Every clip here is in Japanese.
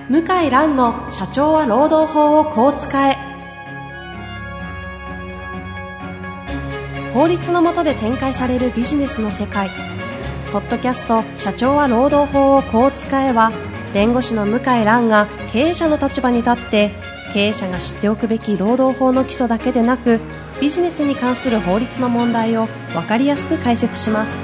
向井蘭の社長は労働法をこう使え。法律の下で展開されるビジネスの世界。ポッドキャスト社長は労働法をこう使えは、弁護士の向井蘭が経営者の立場に立って経営者が知っておくべき労働法の基礎だけでなく、ビジネスに関する法律の問題を分かりやすく解説します。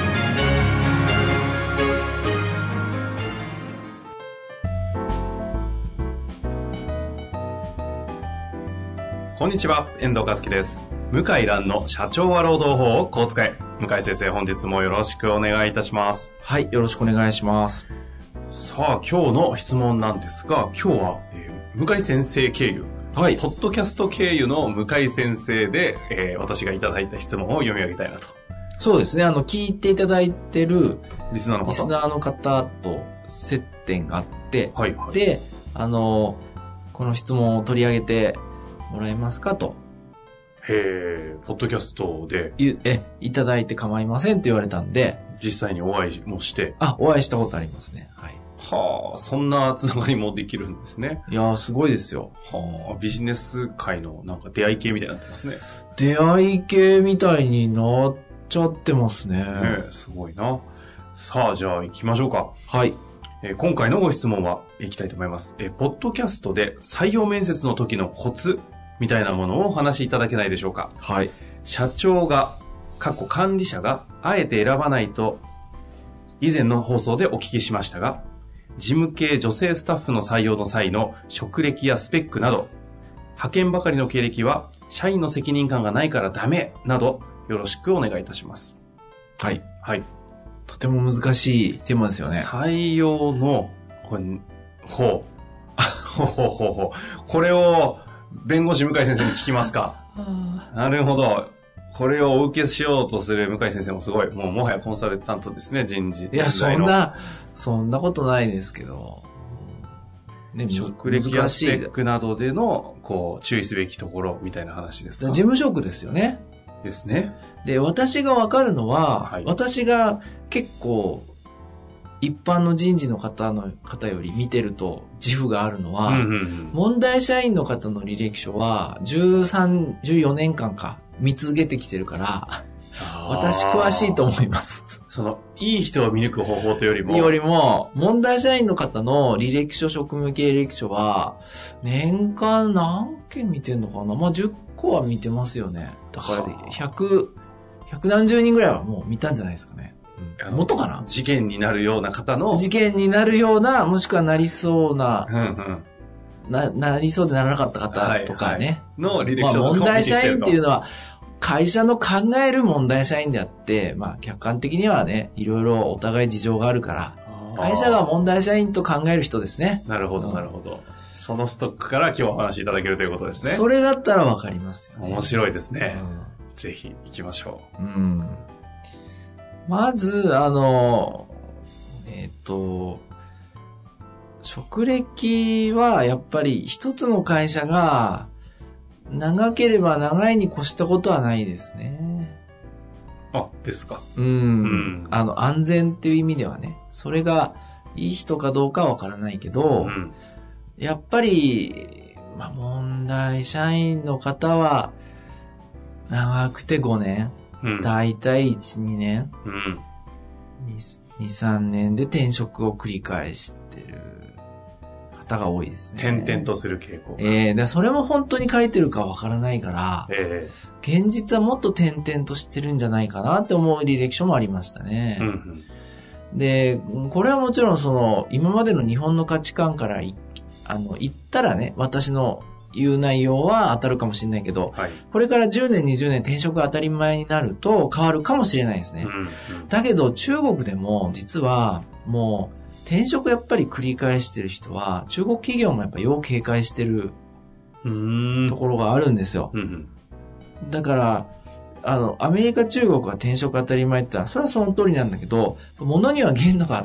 こんにちは、遠藤和樹です。向井蘭の社長は労働法をこう使え。向井先生、本日もよろしくお願いいたします。 はい、よろしくお願いします。 さあ、今日の質問なんですが、今日は、向井先生経由、はい、ポッドキャスト経由の向井先生で、私がいただいた質問を読み上げたいなと。 そうですね、聞いていただいてるリスナーの方と接点があって、 はいはい、 で、この質問を取り上げてもらえますかと。 ポッドキャストでいただいて構いませんと言われたんで、 実際にお会いもして。 お会いしたことありますね。はい。 はあ、そんなつながりもできるんですね。 いやー、すごいですよ。 はあ、ビジネス界のなんか出会い系みたいになってますね。 出会い系みたいになっちゃってますね。 すごいな。さあ、じゃあ行きましょうか。 はい。 今回のご質問はいきたいと思います。ポッドキャストで採用面接の時のコツみたいなものをお話しいただけないでしょうか。 はい。 社長が、管理者があえて選ばないと以前の放送でお聞きしましたが、事務系女性スタッフの採用の際の職歴やスペックなど、派遣ばかりの経歴は社員の責任感がないからダメなど、よろしくお願いいたします。 はい。 はい。 とても難しいテーマですよね。 採用の、これを弁護士向井先生に聞きますか。なるほど。これをお受けしようとする向井先生もすごい。もはやコンサルタントですね、人事。 いや、そんなことないですけど。 ね、職歴やスペックなどでの、注意すべきところみたいな話ですか。 事務職ですよね。 ですね。 で、私がわかるのは、はい、私が結構、一般の人事の方より見てると自負があるのは、問題社員の方の履歴書は14年間か見続けてきてるから、私詳しいと思います。 いい人を見抜く方法というよりも、問題社員の方の履歴書、職務経歴書は、年間何件見てんのかな？10個は見てますよね。だから、百何十人ぐらいはもう見たんじゃないですかね。元かな？ 事件になるような方の。 事件になるような、もしくはなりそうな、なりそうでならなかった方とかね。 の履歴書問題社員っていうのは、会社の考える問題社員であって、客観的にはね、いろいろお互い事情があるから、会社が問題社員と考える人ですね。 なるほど、なるほど。そのストックから今日お話しいただけるということですね。 それだったらわかりますよね。 面白いですね。ぜひ行きましょう。 まず、職歴はやっぱり一つの会社が長ければ長いに越したことはないですね。 ですか。 安全っていう意味ではね、それがいい人かどうかはわからないけど、やっぱり、問題社員の方は長くて5年、だいたい1、2年、2、3年で転職を繰り返してる方が多いですね。 転々とする傾向が。 でそれも本当に書いてるかわからないから、現実はもっと転々としてるんじゃないかなって思う履歴書もありましたね。で、これはもちろん今までの日本の価値観から言ったらね、私の言う内容は当たるかもしれないけど、これから10年、20年転職が当たり前になると変わるかもしれないですね。だけど中国でも実はもう転職やっぱり繰り返してる人は中国企業もやっぱ要警戒してるところがあるんですよ。だからアメリカ、中国は転職当たり前ってのはそれはその通りなんだけど、物には限度があって、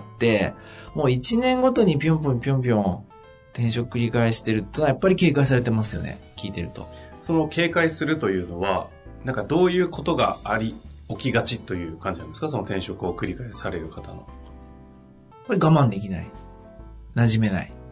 もう1年ごとにぴょんぴょんぴょんぴょん転職繰り返してるってのはやっぱり警戒されてますよね。聞いてると。 その警戒するというのは、どういうことが起きがちという感じなんですか？その転職を繰り返される方の。 これ我慢できない。馴染めない。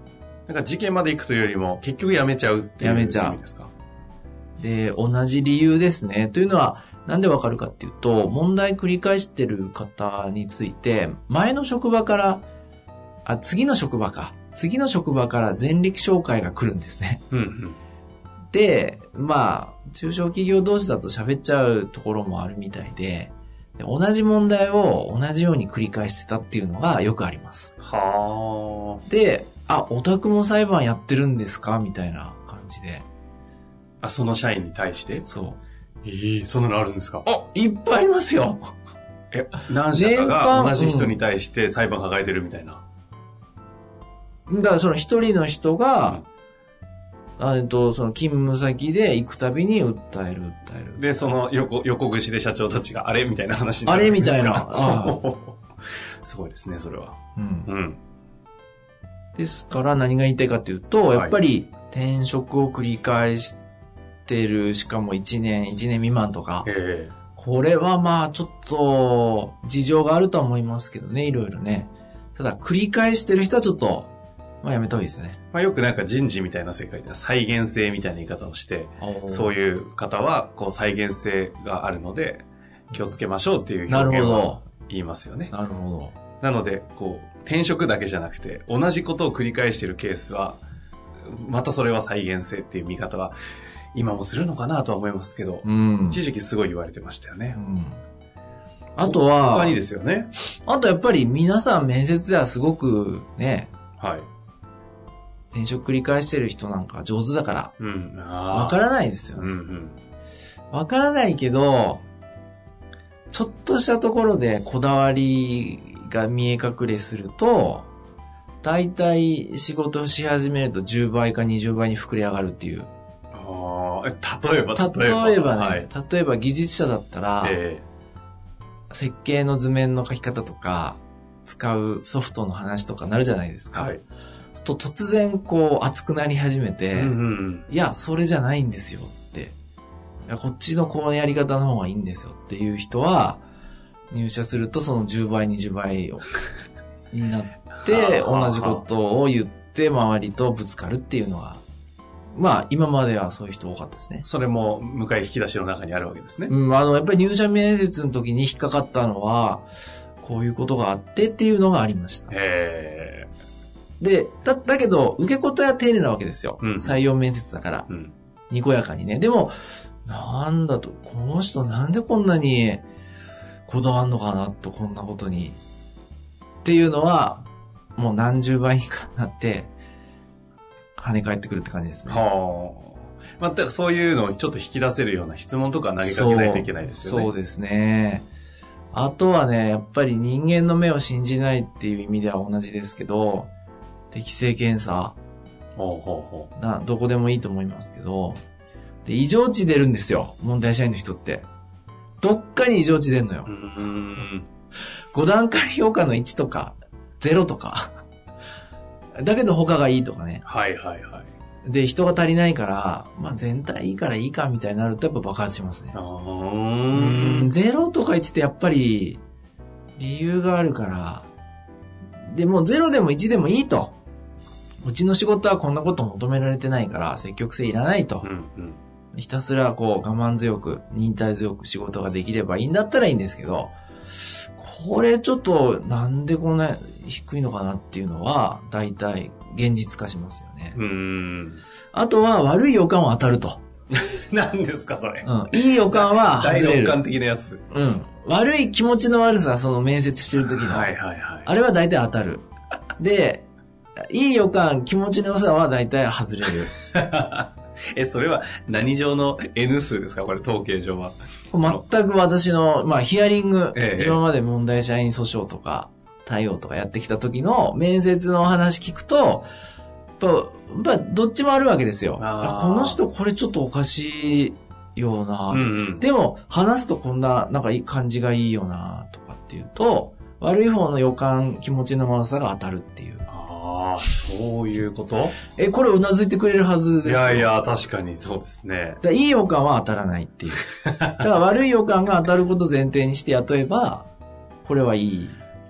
だから事件まで行くというよりも、結局辞めちゃうっていう意味ですか？ で、同じ理由ですね。というのは、なんでわかるかっていうと、問題繰り返してる方について、前の職場から、次の職場から前歴紹介が来るんですね。 うんうん、 で、中小企業同士だと喋っちゃうところもあるみたいで、同じ問題を同じように繰り返してたっていうのがよくあります。 はあ。 で、お宅も裁判やってるんですかみたいな感じで。 その社員に対して？ そう。 そんなのあるんですか？ いっぱいありますよ。 何社かが同じ人に対して裁判抱えてるみたいな。 だからその一人の人が、その勤務先で行くたびに訴える。 で、その横串で社長たちがあれみたいな話になるんですか？ みたいな。 すごいですね、それは。 うん。ですから何が言いたいかというと、やっぱり転職を繰り返してる、しかも1年未満とか。これはちょっと事情があるとは思いますけどね、いろいろね。ただ繰り返してる人はちょっと、やめた方がいいですね。 よくなんか人事みたいな世界では再現性みたいな言い方をして、そういう方は再現性があるので気をつけましょうっていう表現を言いますよね。 なるほど。 なので、転職だけじゃなくて同じことを繰り返しているケースは、またそれは再現性っていう見方は今もするのかなとは思いますけど、一時期すごい言われてましたよね。 あとは、 他にですよね。 あとやっぱり皆さん面接ではすごくね、 はい。 転職繰り返してる人なんか上手だから、わからないですよね。わからないけど、ちょっとしたところでこだわりが見え隠れすると、大体仕事をし始めると10倍か20倍に膨れ上がるっていう。 例えばね、例えば技術者だったら、設計の図面の書き方とか、使うソフトの話とかなるじゃないですか。 はい。 突然熱くなり始めて、いや、それじゃないんですよって。いや、こっちのこのやり方の方がいいんですよっていう人は、入社するとその10倍、20倍になって、同じことを言って周りとぶつかるっていうのは、今まではそういう人多かったですね。 それも向かい引き出しの中にあるわけですね。 やっぱり入社面接の時に引っかかったのは、こういうことがあってっていうのがありました。で、だけど、受け答えは丁寧なわけですよ。採用面接だから。にこやかにね。でも、なんだと、この人なんでこんなにこだわんのかなと、こんなことに。っていうのは、もう何十倍にかなって、跳ね返ってくるって感じですね。 全くそういうのをちょっと引き出せるような質問とか投げかけないといけないですよね。 そうですね。あとはね、やっぱり人間の目を信じないっていう意味では同じですけど、適性検査。どこでもいいと思いますけど、で、異常値出るんですよ。問題社員の人って。どっかに異常値出るのよ。5段階評価の1とか、0とか。だけど他がいいとかね。で、人が足りないから、全体いいからいいかみたいになるとやっぱ爆発しますね。0とか1ってやっぱり理由があるから、でも0でも1でもいいと。うちの仕事はこんなこと求められてないから積極性いらないと。ひたすら我慢強く、忍耐強く仕事ができればいいんだったらいいんですけど、これちょっとなんでこんな低いのかなっていうのは、だいたい現実化しますよね。あとは悪い予感は当たると。 何ですかそれ。 いい予感は外れる。 第六感的なやつ。 悪い気持ちの悪さ、その面接してる時の。あれは大体当たる。で、いい予感、気持ちの良さは大体外れる。 それは何上の N 数ですかこれ統計上は。 全く私の、ヒアリング、今まで問題社員訴訟とか、対応とかやってきた時の面接の話聞くと、やっぱどっちもあるわけですよ。この人これちょっとおかしいよな、でも話すとこんな、なんかいい感じがいいよなとかっていうと、悪い方の予感、気持ちの悪さが当たるっていう。 そういうこと？ これうなずいてくれるはずですよ。 いや、確かにそうですね。 いい予感は当たらないっていう。だから悪い予感が当たることを前提にして雇えば、これはいい。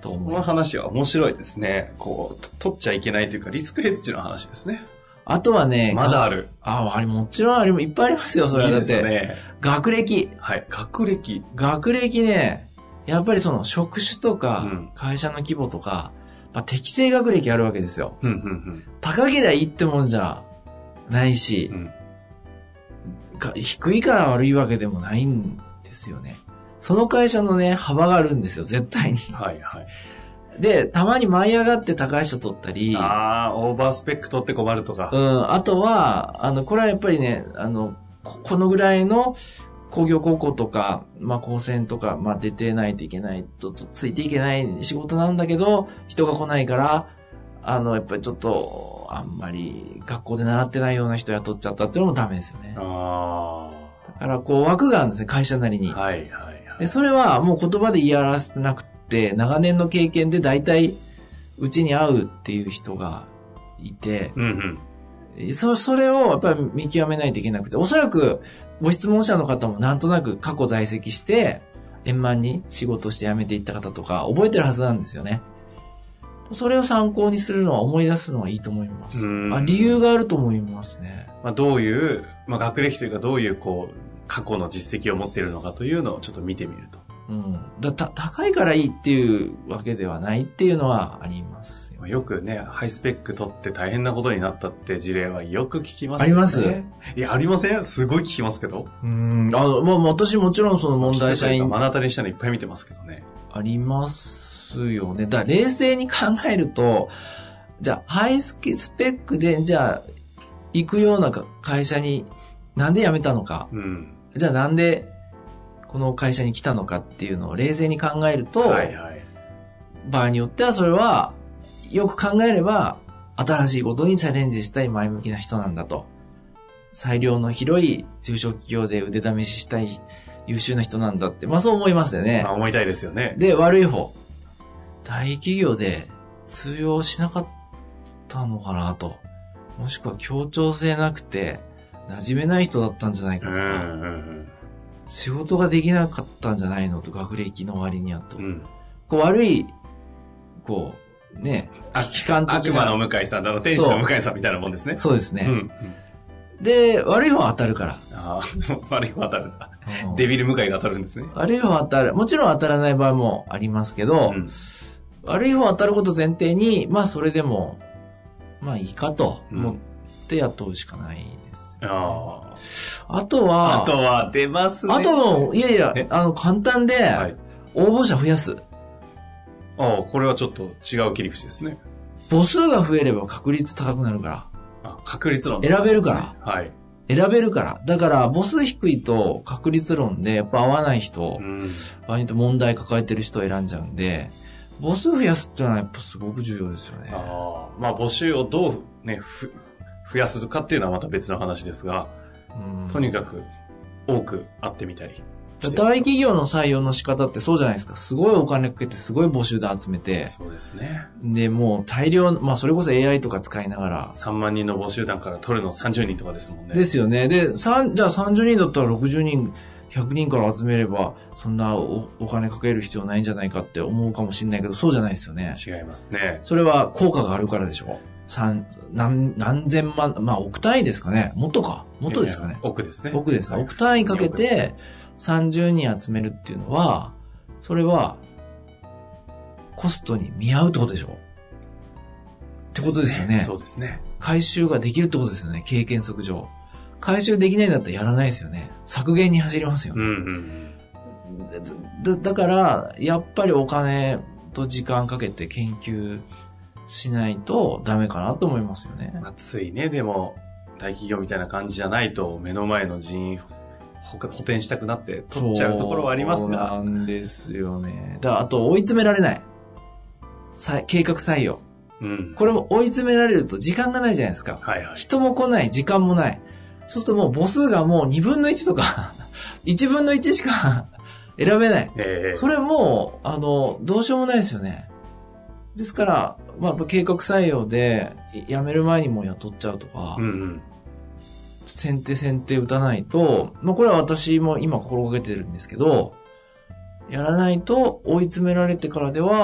と思います。 この話は面白いですね。こう、取っちゃいけないというか、リスクヘッジの話ですね。 あとはね、 まだある。 あれもちろんあれもいっぱいありますよ、それはだって。いいですね。学歴。 はい、学歴。 学歴ね、やっぱりその職種とか、会社の規模とか、適正学歴あるわけですよ。高ければいいってもんじゃないし、低いから悪いわけでもないんですよね。その会社のね、幅があるんですよ、絶対に。はいはい。で、たまに舞い上がって高い人取ったり。 オーバースペック取って困るとか。 あとは、これはやっぱりね、このぐらいの工業高校とか、高専とか、出てないといけないと、ついていけない仕事なんだけど、人が来ないから、やっぱりちょっと、あんまり学校で習ってないような人雇っちゃったっていうのもダメですよね。だから、枠があるんですね、会社なりに。はいはいはい。で、それはもう言葉で言い表せなくて、長年の経験で大体、うちに合うっていう人がいて、それをやっぱり見極めないといけなくて、おそらくご質問者の方もなんとなく過去在籍して、円満に仕事して辞めていった方とか覚えてるはずなんですよね。それを参考にするのは思い出すのはいいと思います。理由があると思いますね。 どういう、学歴というかどういう過去の実績を持っているのかというのをちょっと見てみると。 高いからいいっていうわけではないっていうのはありますよ。 よくね、ハイスペック取って大変なことになったって事例はよく聞きますね。 あります？ いや、ありません？すごい聞きますけど。 私もちろんその問題社員。 目の当たりにしたのいっぱい見てますけどね。 ありますよね。冷静に考えると、じゃあ、ハイスペックで、じゃあ、行くような会社になんで辞めたのか。じゃあなんで、この会社に来たのかっていうのを冷静に考えると、場合によってはそれは、よく考えれば、新しいことにチャレンジしたい前向きな人なんだと。裁量の広い中小企業で腕試ししたい優秀な人なんだって。そう思いますよね。 思いたいですよね。 で、悪い方。大企業で通用しなかったのかなと。もしくは協調性なくて、馴染めない人だったんじゃないかとか。仕事ができなかったんじゃないのと、学歴の割にはと。悪い、ね、 悲観的な。悪魔の向井さんだの、天使の向井さんみたいなもんですね。 そうですね。で、悪い方は当たるから。 悪い方当たるんだ。デビル向井が当たるんですね。 悪い方当たる。もちろん当たらない場合もありますけど、悪い方当たること前提に、それでも、いいかと思って雇うしかないです。あとは、 出ますね。 あとも、簡単で、応募者増やす。 これはちょっと違う切り口ですね。 母数が増えれば確率高くなるから。 確率論、 選べるから。 はい。 選べるから。だから、母数低いと確率論で、やっぱ合わない人、場合によって問題抱えてる人を選んじゃうんで、母数増やすっていうのはやっぱすごく重要ですよね。 募集をどうね、増やすかっていうのはまた別の話ですが、とにかく多く会ってみたり。 大企業の採用の仕方ってそうじゃないですか。すごいお金かけてすごい募集で集めて。 そうですね。 で、もう大量、それこそ AI とか使いながら。 3万人の募集団から取るの30人とかですもんね。 ですよね。で、じゃあ30人だったら60人、100人から集めれば、そんな お金かける必要ないんじゃないかって思うかもしれないけど、そうじゃないですよね。 違いますね。 それは効果があるからでしょ。何千万、億単位ですかね。もっとですかね。 億ですね。 億です。億単位かけて30人集めるっていうのは、それは、コストに見合うってことでしょ。ってことですよね。 そうですね。 回収ができるってことですよね。経験則上。回収できないんだったらやらないですよね。削減に走りますよね。だから、やっぱりお金と時間かけて研究しないとダメかなと思いますよね。 ついね、でも、大企業みたいな感じじゃないと、目の前の人員補填したくなって取っちゃうところはありますが。 そうなんですよね。あと、追い詰められない。計画採用。これも追い詰められると時間がないじゃないですか。人も来ない、時間もない。そうするともう母数がもう2分の1とか、1分の1しか選べない。それもどうしようもないですよね。ですから、計画採用で辞める前にも雇っちゃうとか、先手打たないと、これは私も今心がけてるんですけど、やらないと追い詰められてからでは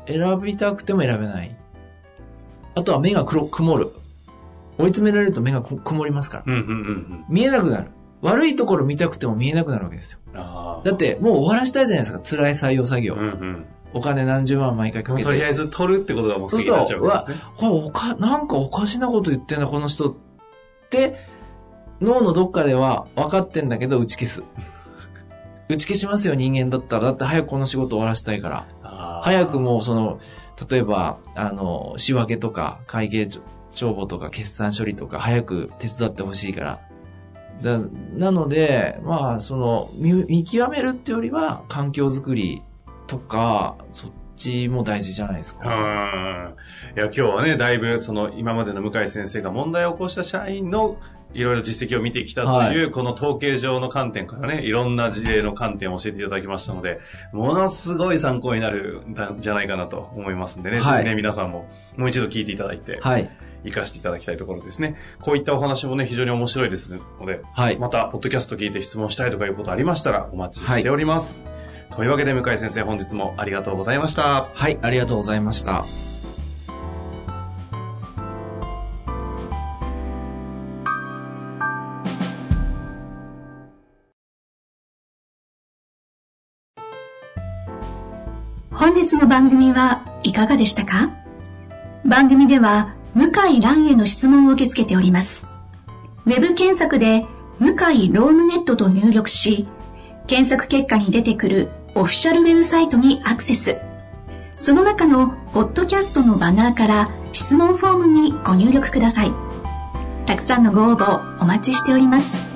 選びたくても選べない。あとは目が曇る。追い詰められると目が曇りますから。見えなくなる。悪いところ見たくても見えなくなるわけですよ。だってもう終わらしたいじゃないですか。辛い採用作業。お金何十万毎回かけて。 とりあえず取るってことが目的になっちゃうわけですね。 なんかおかしなこと言ってんだこの人って脳のどっかでは分かってんだけど打ち消す。打ち消しますよ人間だったら。だって早くこの仕事終わらせたいから。早くもう例えば仕分けとか会計帳簿とか決算処理とか早く手伝ってほしいから。なので、見極めるってよりは環境づくりとか、そっちも大事じゃないですか。 いや、今日はね、だいぶ今までの向井先生が問題を起こした社員のいろいろ実績を見てきたという、この統計上の観点からね、いろんな事例の観点を教えていただきましたので、ものすごい参考になるんじゃないかなと思いますんでね、ぜひね、皆さんももう一度聞いていただいて、活かしていただきたいところですね。こういったお話もね、非常に面白いですので、また、ポッドキャスト聞いて質問したいとかいうことありましたら、お待ちしております。というわけで、向井先生、本日もありがとうございました。 はい、ありがとうございました。 本日の番組はいかがでしたか？番組では向井蘭への質問を受け付けております。ウェブ検索で向井ロームネットと入力し、検索結果に出てくるオフィシャルウェブサイトにアクセス。その中のポッドキャストのバナーから質問フォームにご入力ください。たくさんのご応募お待ちしております。